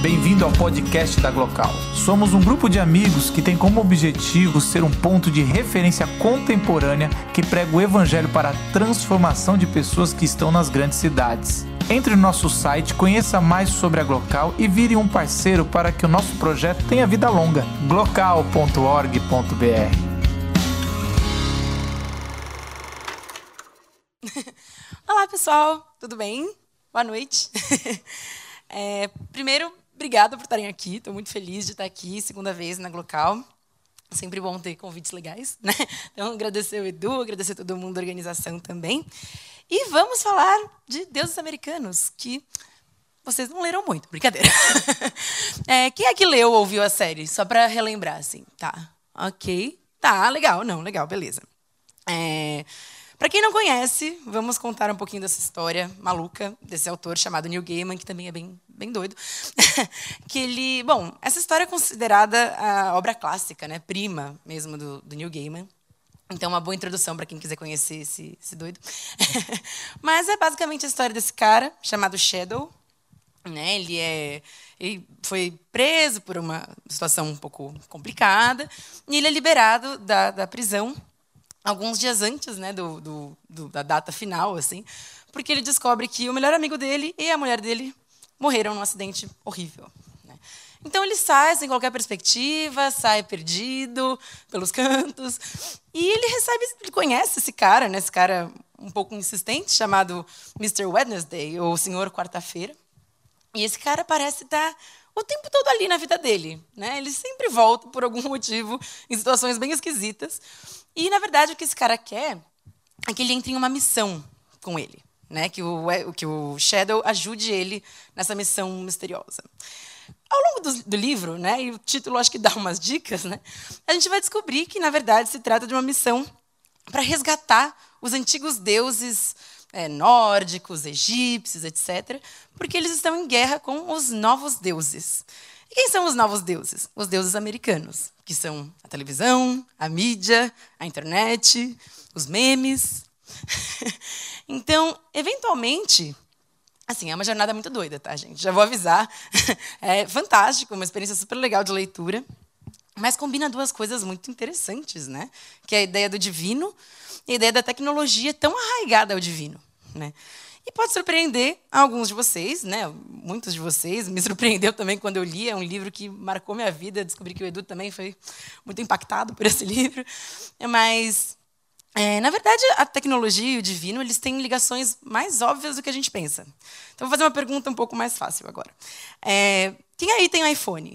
Bem-vindo ao podcast da Glocal. Somos um grupo de amigos que tem como objetivo ser um ponto de referência contemporânea que prega o evangelho para a transformação de pessoas que estão nas grandes cidades. Entre no nosso site, conheça mais sobre a Glocal e vire um parceiro para que o nosso projeto tenha vida longa. glocal.org.br. Olá, pessoal, tudo bem? Boa noite. Primeiro, obrigada por estarem aqui. Estou muito feliz de estar aqui, segunda vez na Glocal. Sempre bom ter convites legais, né? Então, agradecer o Edu, agradecer todo mundo da organização também. E vamos falar de Deuses Americanos, que vocês não leram muito, brincadeira. Quem é que leu ou ouviu a série? Só para relembrar, assim. Tá, ok. Tá, legal. Não, legal, beleza. Para quem não conhece, vamos contar um pouquinho dessa história maluca desse autor chamado Neil Gaiman, que também é bem doido. Essa história é considerada a obra clássica, né, prima mesmo do Neil Gaiman. Então, uma boa introdução para quem quiser conhecer esse doido. Mas é basicamente a história desse cara chamado Shadow. Né? Ele foi preso por uma situação um pouco complicada e ele é liberado da prisão alguns dias antes, né, da data final, assim, porque ele descobre que o melhor amigo dele e a mulher dele morreram num acidente horrível. Né? Então ele sai sem qualquer perspectiva, sai perdido pelos cantos, e ele conhece esse cara, né, esse cara um pouco insistente, chamado Mr. Wednesday, ou Senhor Quarta-feira, e esse cara parece estar o tempo todo ali na vida dele. Né? Ele sempre volta, por algum motivo, em situações bem esquisitas. E, na verdade, o que esse cara quer é que ele entre em uma missão com ele. Né? Que o Shadow ajude ele nessa missão misteriosa. Ao longo do livro, né, e o título acho que dá umas dicas, né, a gente vai descobrir que, na verdade, se trata de uma missão para resgatar os antigos deuses nórdicos, egípcios, etc., porque eles estão em guerra com os novos deuses. E quem são os novos deuses? Os deuses americanos, que são a televisão, a mídia, a internet, os memes. Então, eventualmente, assim, é uma jornada muito doida, tá, gente? Já vou avisar. É fantástico, uma experiência super legal de leitura, mas combina duas coisas muito interessantes, né? Que é a ideia do divino e a ideia da tecnologia tão arraigada ao divino. Né? E pode surpreender alguns de vocês, né? Muitos de vocês. Me surpreendeu também quando eu li. É um livro que marcou minha vida. Descobri que o Edu também foi muito impactado por esse livro. Mas, na verdade, a tecnologia e o divino eles têm ligações mais óbvias do que a gente pensa. Então, vou fazer uma pergunta um pouco mais fácil agora. Quem aí tem iPhone?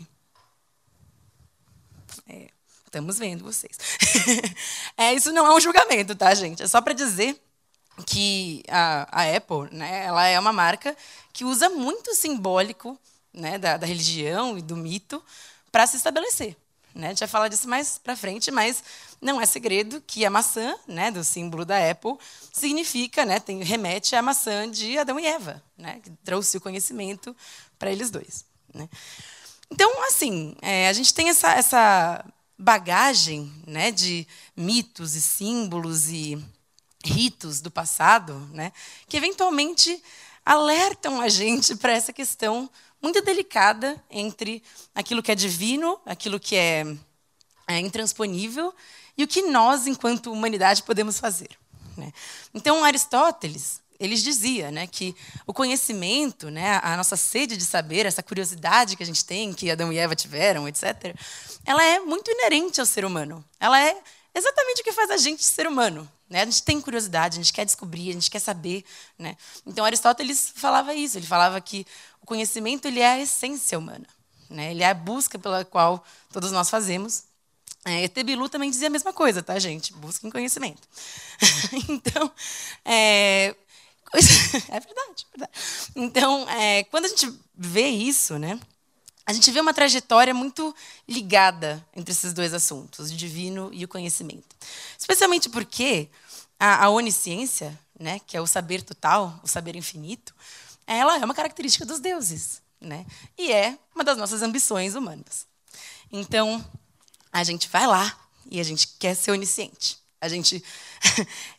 Estamos vendo vocês. Isso não é um julgamento, tá, gente? É só para dizer que a Apple, né, ela é uma marca que usa muito o simbólico, né, da religião e do mito para se estabelecer. Né? A gente vai falar disso mais para frente, mas não é segredo que a maçã, né, do símbolo da Apple, significa, né, remete à maçã de Adão e Eva, né, que trouxe o conhecimento para eles dois. Né? Então, assim, a gente tem essa bagagem, né, de mitos e símbolos e ritos do passado, né, que eventualmente alertam a gente para essa questão muito delicada entre aquilo que é divino, aquilo que é intransponível e o que nós, enquanto humanidade, podemos fazer. Né? Então, Aristóteles ele dizia, né, que o conhecimento, né, a nossa sede de saber, essa curiosidade que a gente tem, que Adão e Eva tiveram, etc., ela é muito inerente ao ser humano. Ela é exatamente o que faz a gente ser humano. Né? A gente tem curiosidade, a gente quer descobrir, a gente quer saber. Né? Então, Aristóteles falava isso. Ele falava que o conhecimento ele é a essência humana. Né? Ele é a busca pela qual todos nós fazemos. E.T. Bilu também dizia a mesma coisa, tá, gente? Busquem conhecimento. Então, é verdade, é verdade. Então, quando a gente vê isso, né, a gente vê uma trajetória muito ligada entre esses dois assuntos, o divino e o conhecimento. Especialmente porque a onisciência, né, que é o saber total, o saber infinito, ela é uma característica dos deuses. Né, e é uma das nossas ambições humanas. Então, a gente vai lá e a gente quer ser onisciente. A gente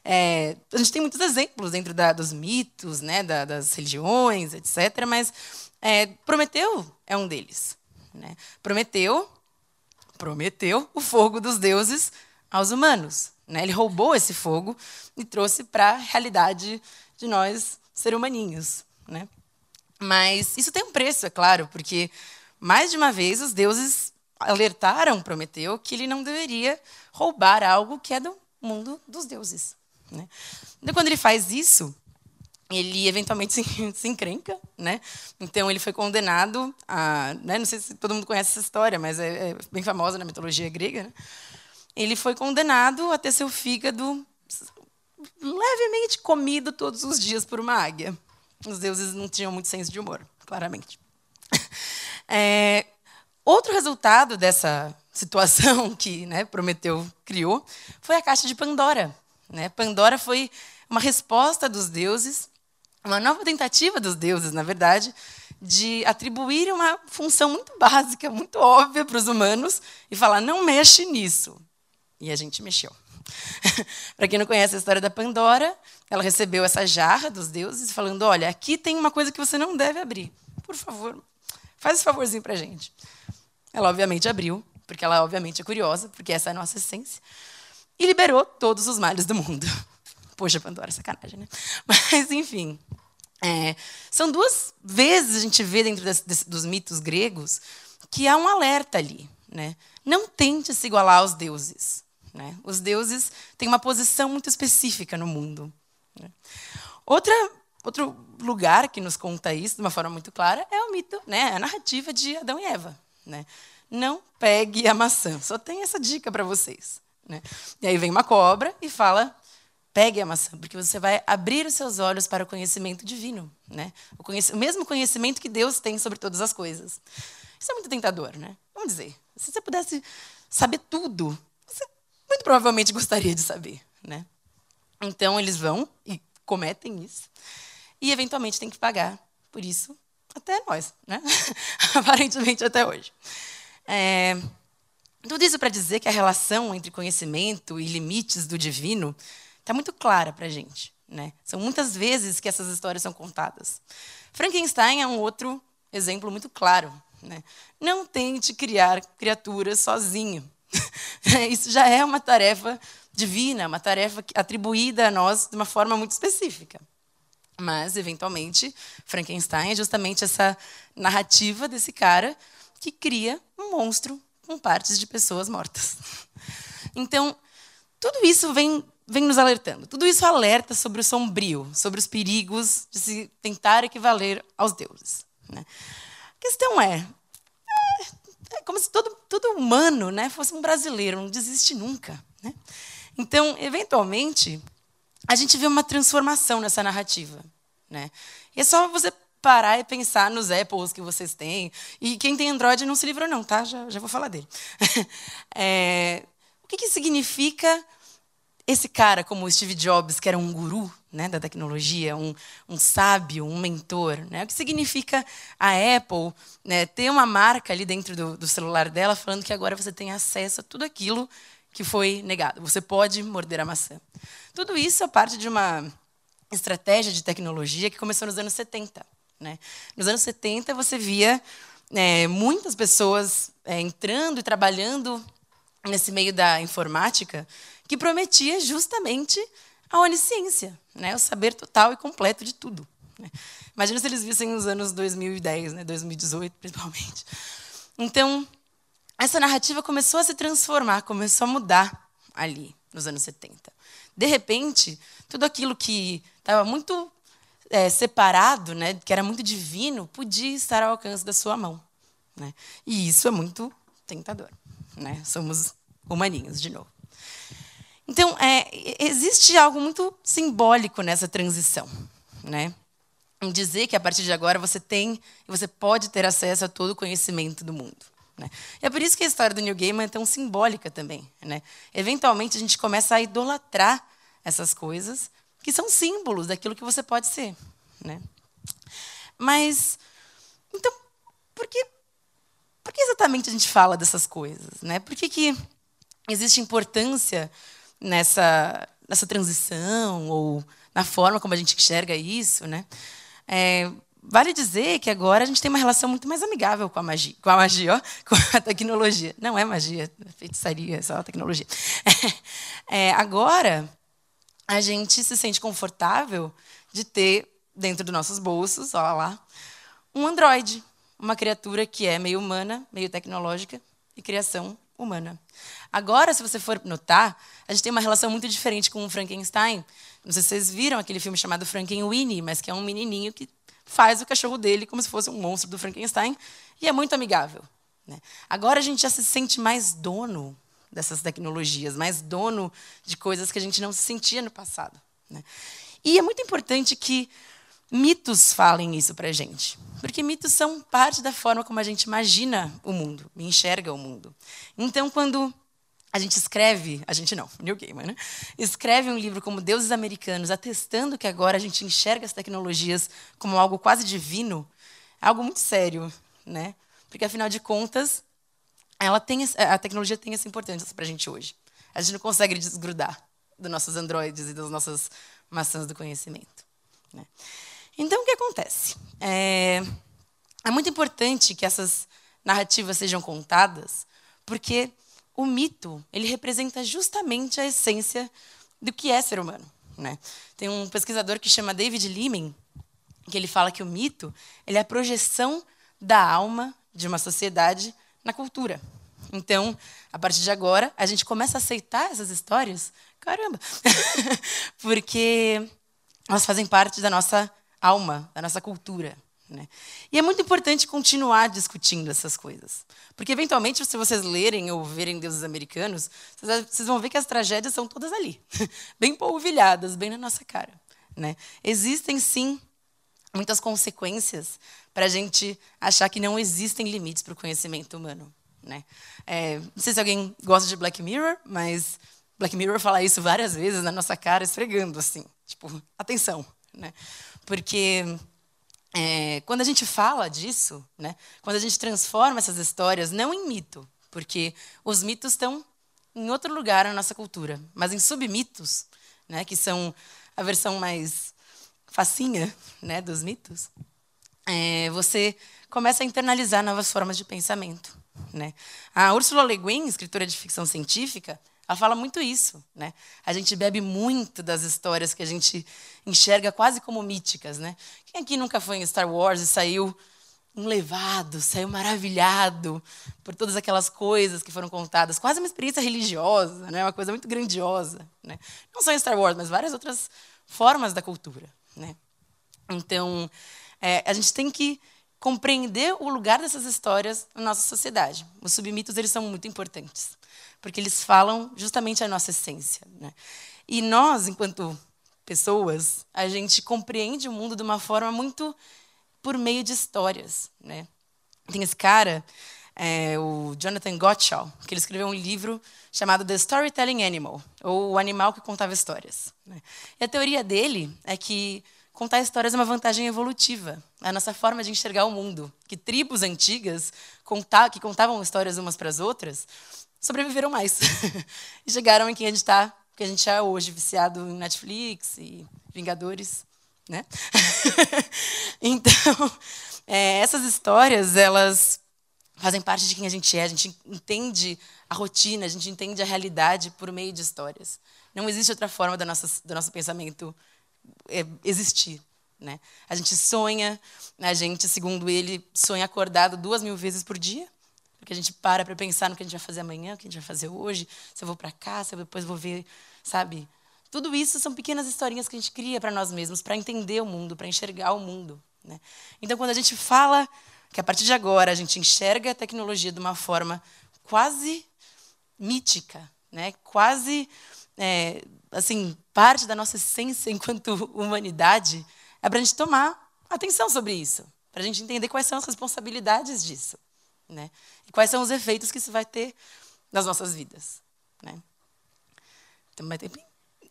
tem muitos exemplos dentro dos mitos, né, das religiões, etc., mas Prometeu é um deles, né? Prometeu o fogo dos deuses aos humanos, né? Ele roubou esse fogo e trouxe para a realidade de nós, seres humaninhos, né? Mas isso tem um preço, é claro, porque mais de uma vez os deuses alertaram Prometeu que ele não deveria roubar algo que é do mundo dos deuses, né? Então, quando ele faz isso, ele eventualmente se encrenca, né? Então ele foi condenado a, né? Não sei se todo mundo conhece essa história, mas é bem famosa na mitologia grega, né? Ele foi condenado a ter seu fígado levemente comido todos os dias por uma águia. Os deuses não tinham muito senso de humor, claramente. Outro resultado dessa situação que, né, Prometeu criou foi a caixa de Pandora, né? Pandora foi uma resposta dos deuses, uma nova tentativa dos deuses, na verdade, de atribuir uma função muito básica, muito óbvia para os humanos e falar, não mexe nisso. E a gente mexeu. Para quem não conhece a história da Pandora, ela recebeu essa jarra dos deuses falando, olha, aqui tem uma coisa que você não deve abrir. Por favor, faz esse favorzinho para a gente. Ela, obviamente, abriu, porque ela, obviamente, é curiosa, porque essa é a nossa essência, e liberou todos os males do mundo. Poxa, Pandora, sacanagem, né? Mas, enfim, são duas vezes a gente vê dentro dos mitos gregos que há um alerta ali, né? Não tente se igualar aos deuses, né? Os deuses têm uma posição muito específica no mundo, né? Outro lugar que nos conta isso de uma forma muito clara é o mito, né? A narrativa de Adão e Eva, né? Não pegue a maçã. Só tem essa dica para vocês, né? E aí vem uma cobra e fala, pegue a maçã, porque você vai abrir os seus olhos para o conhecimento divino, né? O mesmo conhecimento que Deus tem sobre todas as coisas. Isso é muito tentador, né? Vamos dizer, se você pudesse saber tudo, você muito provavelmente gostaria de saber, né? Então eles vão e cometem isso e eventualmente tem que pagar por isso até nós, né? Aparentemente até hoje. Tudo isso para dizer que a relação entre conhecimento e limites do divino está muito clara para a gente, né? São muitas vezes que essas histórias são contadas. Frankenstein é um outro exemplo muito claro, né? Não tente criar criaturas sozinho. Isso já é uma tarefa divina, uma tarefa atribuída a nós de uma forma muito específica. Mas, eventualmente, Frankenstein é justamente essa narrativa desse cara que cria um monstro com partes de pessoas mortas. Então, tudo isso vem nos alertando. Tudo isso alerta sobre o sombrio, sobre os perigos de se tentar equivaler aos deuses, né? A questão é como se todo humano, né, fosse um brasileiro, não desiste nunca, né? Então, eventualmente, a gente vê uma transformação nessa narrativa, né? E é só você parar e pensar nos Apples que vocês têm. E quem tem Android não se livrou não, tá? Já vou falar dele. O que significa esse cara como o Steve Jobs, que era um guru, né, da tecnologia, um sábio, um mentor, né? O que significa a Apple, né, ter uma marca ali dentro do celular dela falando que agora você tem acesso a tudo aquilo que foi negado. Você pode morder a maçã. Tudo isso é parte de uma estratégia de tecnologia que começou nos anos 70. Né? Nos anos 70, você via muitas pessoas entrando e trabalhando nesse meio da informática que prometia justamente a onisciência, né? O saber total e completo de tudo, né? Imagina se eles vissem nos anos 2010, né? 2018, principalmente. Então, essa narrativa começou a se transformar, começou a mudar ali, nos anos 70. De repente, tudo aquilo que estava muito separado, né, que era muito divino, podia estar ao alcance da sua mão, né? E isso é muito tentador, né? Somos humaninhos, de novo. Então, existe algo muito simbólico nessa transição, né? Em dizer que, a partir de agora, você pode ter acesso a todo o conhecimento do mundo, né? E é por isso que a história do Neil Gaiman é tão simbólica também, né? Eventualmente, a gente começa a idolatrar essas coisas que são símbolos daquilo que você pode ser, né? Mas, então, por que exatamente a gente fala dessas coisas, né? Por que existe importância nessa transição ou na forma como a gente enxerga isso, né? vale dizer que agora a gente tem uma relação muito mais amigável com a magia, ó, com a tecnologia. Não é magia, é feitiçaria, é só tecnologia. Agora, a gente se sente confortável de ter dentro dos nossos bolsos, olha lá, um androide, uma criatura que é meio humana, meio tecnológica e criação humana. Agora, se você for notar, a gente tem uma relação muito diferente com o Frankenstein. Não sei se vocês viram aquele filme chamado Frankenweenie, mas que é um menininho que faz o cachorro dele como se fosse um monstro do Frankenstein e é muito amigável, né? Agora a gente já se sente mais dono dessas tecnologias, mais dono de coisas que a gente não se sentia no passado, né? E é muito importante que mitos falem isso para a gente, porque mitos são parte da forma como a gente imagina o mundo, enxerga o mundo. Então, quando a gente escreve, a gente não, Neil Gaiman, né? Escreve um livro como Deuses Americanos, atestando que agora a gente enxerga as tecnologias como algo quase divino, é algo muito sério, né? Porque, afinal de contas, a tecnologia tem essa importância para a gente hoje. A gente não consegue desgrudar dos nossos androides e das nossas maçãs do conhecimento, né? Então, o que acontece? É muito importante que essas narrativas sejam contadas, porque o mito, ele representa justamente a essência do que é ser humano, né? Tem um pesquisador que chama David Leaman, que ele fala que o mito, ele é a projeção da alma de uma sociedade na cultura. Então, a partir de agora, a gente começa a aceitar essas histórias, caramba, porque elas fazem parte da nossa alma, da nossa cultura, né? E é muito importante continuar discutindo essas coisas. Porque, eventualmente, se vocês lerem ou verem Deuses Americanos, vocês vão ver que as tragédias são todas ali, bem polvilhadas, bem na nossa cara, né? Existem, sim, muitas consequências para a gente achar que não existem limites para o conhecimento humano, né? Não sei se alguém gosta de Black Mirror, mas Black Mirror fala isso várias vezes na nossa cara, esfregando, assim, tipo, atenção, né? Porque quando a gente fala disso, né, quando a gente transforma essas histórias, não em mito, porque os mitos estão em outro lugar na nossa cultura, mas em submitos, né, que são a versão mais facinha, né, dos mitos, você começa a internalizar novas formas de pensamento, né? A Ursula Le Guin, escritora de ficção científica, ela fala muito isso, né? A gente bebe muito das histórias que a gente enxerga quase como míticas, né? Quem aqui nunca foi em Star Wars e saiu enlevado, saiu maravilhado por todas aquelas coisas que foram contadas, quase uma experiência religiosa, né? Uma coisa muito grandiosa, né? Não só em Star Wars, mas várias outras formas da cultura, né? Então, a gente tem que compreender o lugar dessas histórias na nossa sociedade. Os submitos, eles são muito importantes, porque eles falam justamente a nossa essência, né? E nós, enquanto pessoas, a gente compreende o mundo de uma forma muito por meio de histórias, né? Tem esse cara, o Jonathan Gottschall, que ele escreveu um livro chamado The Storytelling Animal, ou O Animal que Contava Histórias, né? E a teoria dele é que contar histórias é uma vantagem evolutiva, é a nossa forma de enxergar o mundo, que tribos antigas que contavam histórias umas para as outras sobreviveram mais e chegaram em quem a gente está, que a gente é hoje, viciado em Netflix e Vingadores, né? Então, essas histórias, elas fazem parte de quem a gente entende a rotina, a gente entende a realidade por meio de histórias. Não existe outra forma do nosso pensamento existir, né? A gente sonha, a gente, segundo ele, sonha acordado 2.000 vezes por dia, porque a gente para pensar no que a gente vai fazer amanhã, o que a gente vai fazer hoje, se eu vou para cá, se eu depois vou ver, sabe? Tudo isso são pequenas historinhas que a gente cria para nós mesmos, para entender o mundo, para enxergar o mundo, né? Então, quando a gente fala que a partir de agora a gente enxerga a tecnologia de uma forma quase mítica, né? Quase assim, parte da nossa essência enquanto humanidade, é para a gente tomar atenção sobre isso, para a gente entender quais são as responsabilidades disso, né? E quais são os efeitos que isso vai ter nas nossas vidas, né? Temos mais tempinho?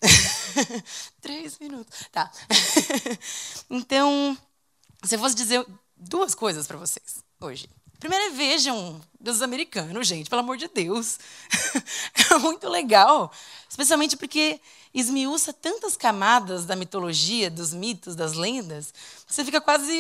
3 minutos. Tá. Então, se eu fosse dizer 2 coisas para vocês hoje. Primeiro, vejam Deuses Americanos, gente, pelo amor de Deus. É muito legal, especialmente porque esmiuça tantas camadas da mitologia, dos mitos, das lendas, que você fica quase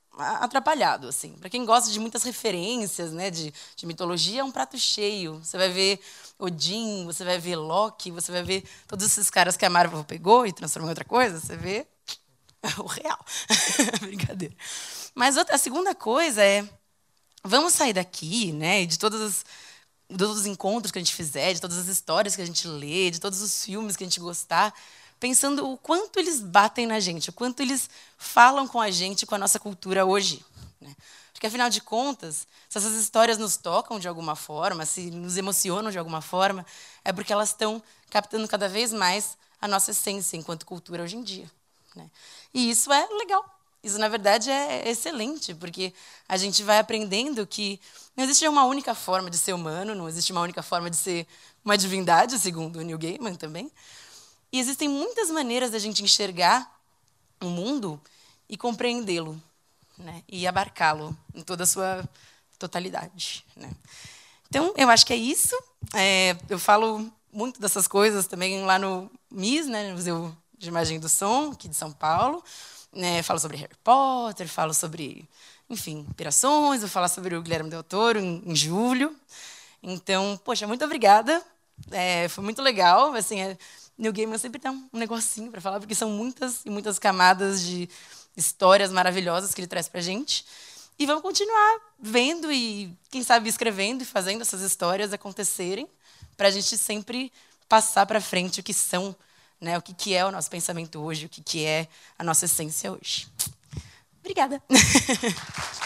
atrapalhado, assim. Para quem gosta de muitas referências, né, de mitologia, é um prato cheio. Você vai ver Odin, você vai ver Loki, você vai ver todos esses caras que a Marvel pegou e transformou em outra coisa, você vê o real. Brincadeira. Mas a segunda coisa é, vamos sair daqui, né, de todos os encontros que a gente fizer, de todas as histórias que a gente lê, de todos os filmes que a gente gostar, pensando o quanto eles batem na gente, o quanto eles falam com a gente, com a nossa cultura hoje. Né? Porque, afinal de contas, se essas histórias nos tocam de alguma forma, se nos emocionam de alguma forma, é porque elas estão captando cada vez mais a nossa essência enquanto cultura hoje em dia. Né? E isso é legal. Isso, na verdade, é excelente, porque a gente vai aprendendo que não existe uma única forma de ser humano, não existe uma única forma de ser uma divindade, segundo o Neil Gaiman também. E existem muitas maneiras da gente enxergar o mundo e compreendê-lo, né? E abarcá-lo em toda a sua totalidade. Né? Então, eu acho que é isso. Eu falo muito dessas coisas também lá no MIS, né, no Museu de Imagem do Som, aqui de São Paulo. Falo sobre Harry Potter, falo sobre, enfim, Inspirações, vou falar sobre o Guilherme Del Toro em julho. Então, poxa, muito obrigada. Foi muito legal. Assim, Neil Gaiman sempre tem um negocinho para falar, porque são muitas e muitas camadas de histórias maravilhosas que ele traz para a gente. E vamos continuar vendo e, quem sabe, escrevendo e fazendo essas histórias acontecerem, para a gente sempre passar para frente o que são, né, o que é o nosso pensamento hoje, o que é a nossa essência hoje. Obrigada.